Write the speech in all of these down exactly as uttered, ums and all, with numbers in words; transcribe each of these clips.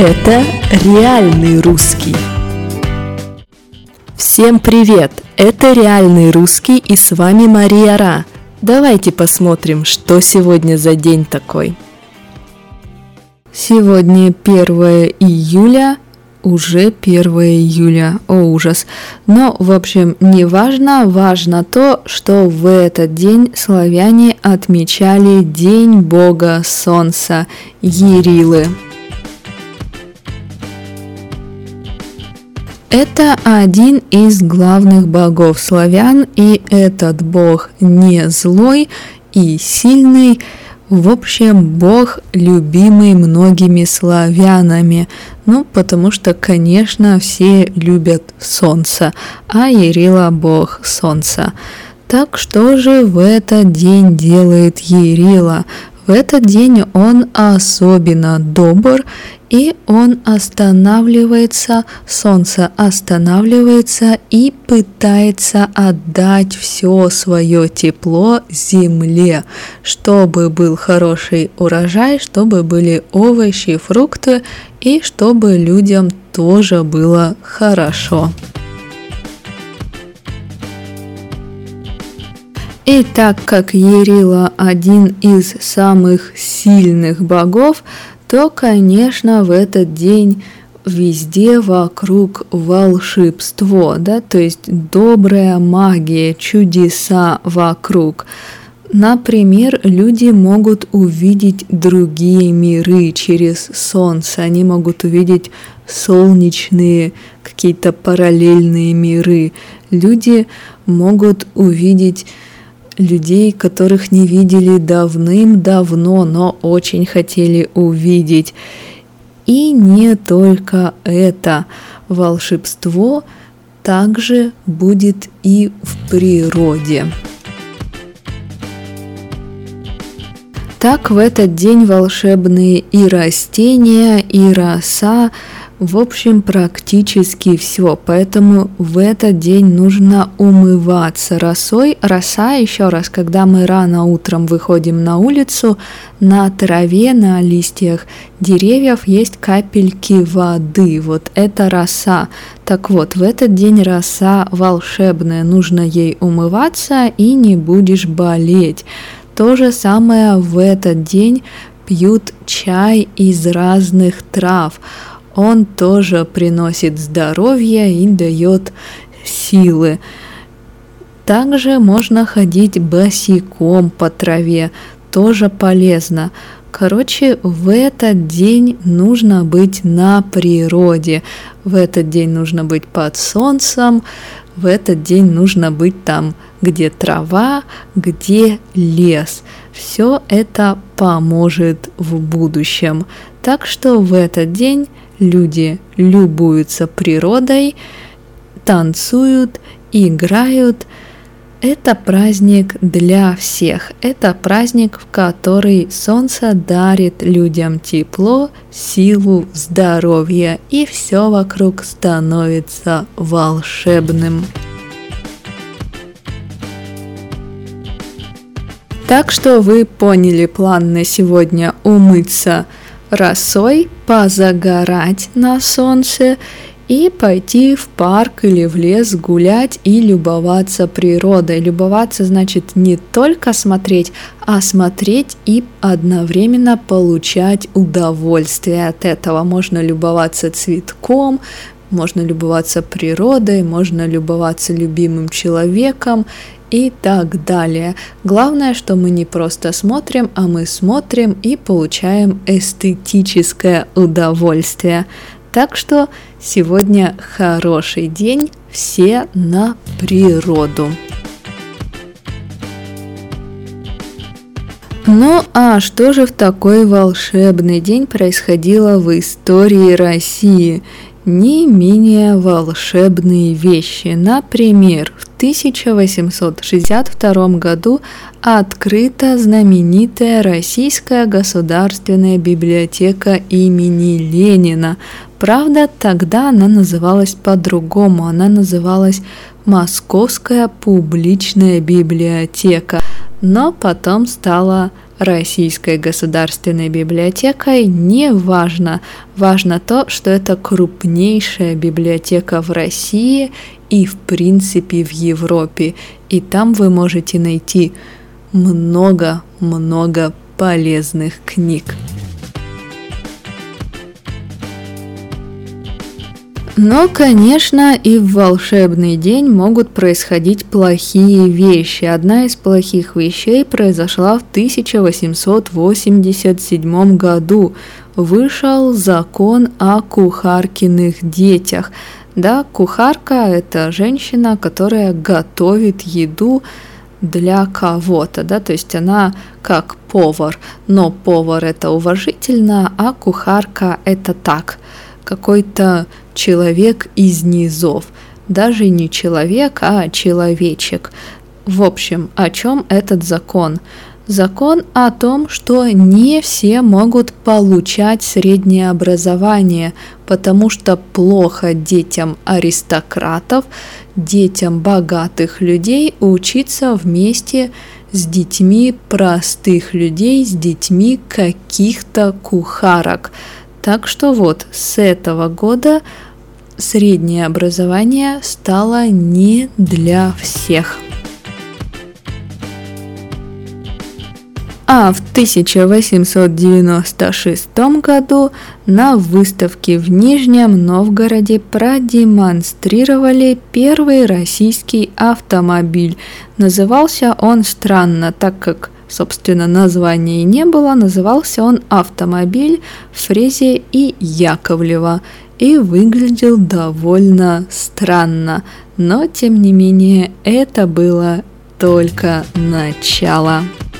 Это реальный русский. Всем привет! Это реальный русский, и с вами Мария Ра. Давайте посмотрим, что сегодня за день такой. Сегодня первое июля, уже первое июля, о ужас. Но, в общем, не важно, важно то, что в этот день славяне отмечали День Бога Солнца, Ярилы. Это один из главных богов славян, и этот бог не злой и сильный, в общем, бог, любимый многими славянами, ну, потому что, конечно, все любят солнце, а Ярила бог солнца. Так что же в этот день делает Ярила? В этот день он особенно добр, и он останавливается, солнце останавливается и пытается отдать все свое тепло земле, чтобы был хороший урожай, чтобы были овощи, фрукты, и чтобы людям тоже было хорошо. И так как Ярила один из самых сильных богов, то, конечно, в этот день везде вокруг волшебство, да, то есть добрая магия, чудеса вокруг. Например, люди могут увидеть другие миры через солнце, они могут увидеть солнечные какие-то параллельные миры. Люди могут увидеть людей, которых не видели давным-давно, но очень хотели увидеть. И не только это. Волшебство также будет и в природе. Так в этот день волшебные и растения, и роса, в общем, практически все, поэтому в этот день нужно умываться росой. Роса, еще раз, когда мы рано утром выходим на улицу, на траве, на листьях деревьев есть капельки воды, вот это роса. Так вот, в этот день роса волшебная, нужно ей умываться, и не будешь болеть. То же самое в этот день пьют чай из разных трав. Он тоже приносит здоровье и дает силы. Также можно ходить босиком по траве, тоже полезно. Короче, в этот день нужно быть на природе, в этот день нужно быть под солнцем, в этот день нужно быть там, где трава, где лес. Все это поможет в будущем. Так что в этот день люди любуются природой, танцуют, играют. Это праздник для всех. Это праздник, в который солнце дарит людям тепло, силу, здоровье, и все вокруг становится волшебным. Так что вы поняли план на сегодня: умыться росой, позагорать на солнце и пойти в парк или в лес гулять и любоваться природой. Любоваться значит не только смотреть, а смотреть и одновременно получать удовольствие от этого. Можно любоваться цветком, можно любоваться природой, можно любоваться любимым человеком и так далее. Главное, что мы не просто смотрим, а мы смотрим и получаем эстетическое удовольствие. Так что сегодня хороший день, все на природу. Ну а что же в такой волшебный день происходило в истории России? Не менее волшебные вещи. Например, в тысяча восемьсот шестьдесят втором году открыта знаменитая Российская государственная библиотека имени Ленина. Правда, тогда она называлась по-другому, она называлась Московская публичная библиотека. но потом стала Российской государственной библиотекой. Не важно, важно то, что это крупнейшая библиотека в России и в принципе в Европе. И там вы можете найти много-много полезных книг. Но, конечно, и в волшебный день могут происходить плохие вещи. Одна из плохих вещей произошла в тысяча восемьсот восемьдесят седьмом году. Вышел закон о кухаркиных детях. Да, кухарка – это женщина, которая готовит еду для кого-то, да, то есть она как повар, но повар – это уважительно, а кухарка – это так, какой-то человек из низов, даже не человек, а человечек. В общем, о чем этот закон? Закон о том, что не все могут получать среднее образование, потому что плохо детям аристократов, детям богатых людей учиться вместе с детьми простых людей, с детьми каких-то кухарок. Так что вот с этого года среднее образование стало не для всех. А в тысяча восемьсот девяносто шестом году на выставке в Нижнем Новгороде продемонстрировали первый российский автомобиль. Назывался он странно, так как, собственно, названия и не было, назывался он «Автомобиль Фрезия и Яковлева» и выглядел довольно странно, но тем не менее это было только начало.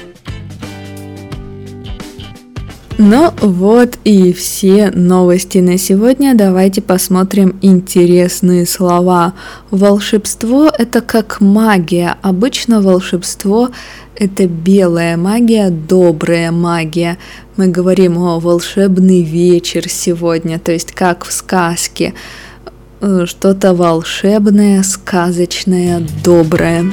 Ну вот и все новости на сегодня. Давайте посмотрим интересные слова. Волшебство – это как магия. Обычно волшебство – это белая магия, добрая магия. Мы говорим о волшебный вечер сегодня, то есть как в сказке. Что-то волшебное, сказочное, доброе.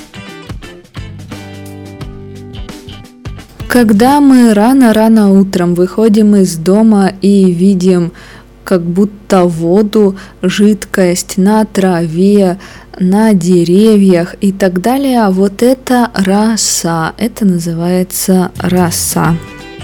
Когда мы рано-рано утром выходим из дома и видим как будто воду, жидкость на траве, на деревьях и так далее, вот это роса, это называется роса.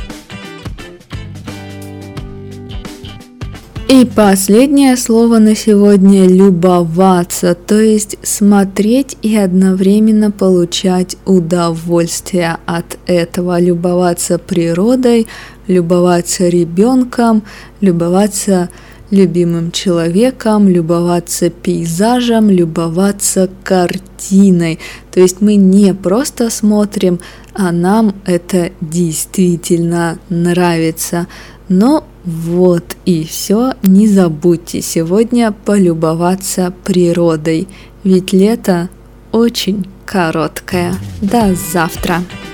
И последнее слово на сегодня – любоваться, то есть смотреть и одновременно получать удовольствие от этого, любоваться природой, любоваться ребенком, любоваться любимым человеком, любоваться пейзажем, любоваться картиной. То есть мы не просто смотрим, а нам это действительно нравится. Но вот и все. Не забудьте сегодня полюбоваться природой, ведь лето очень короткое. До завтра!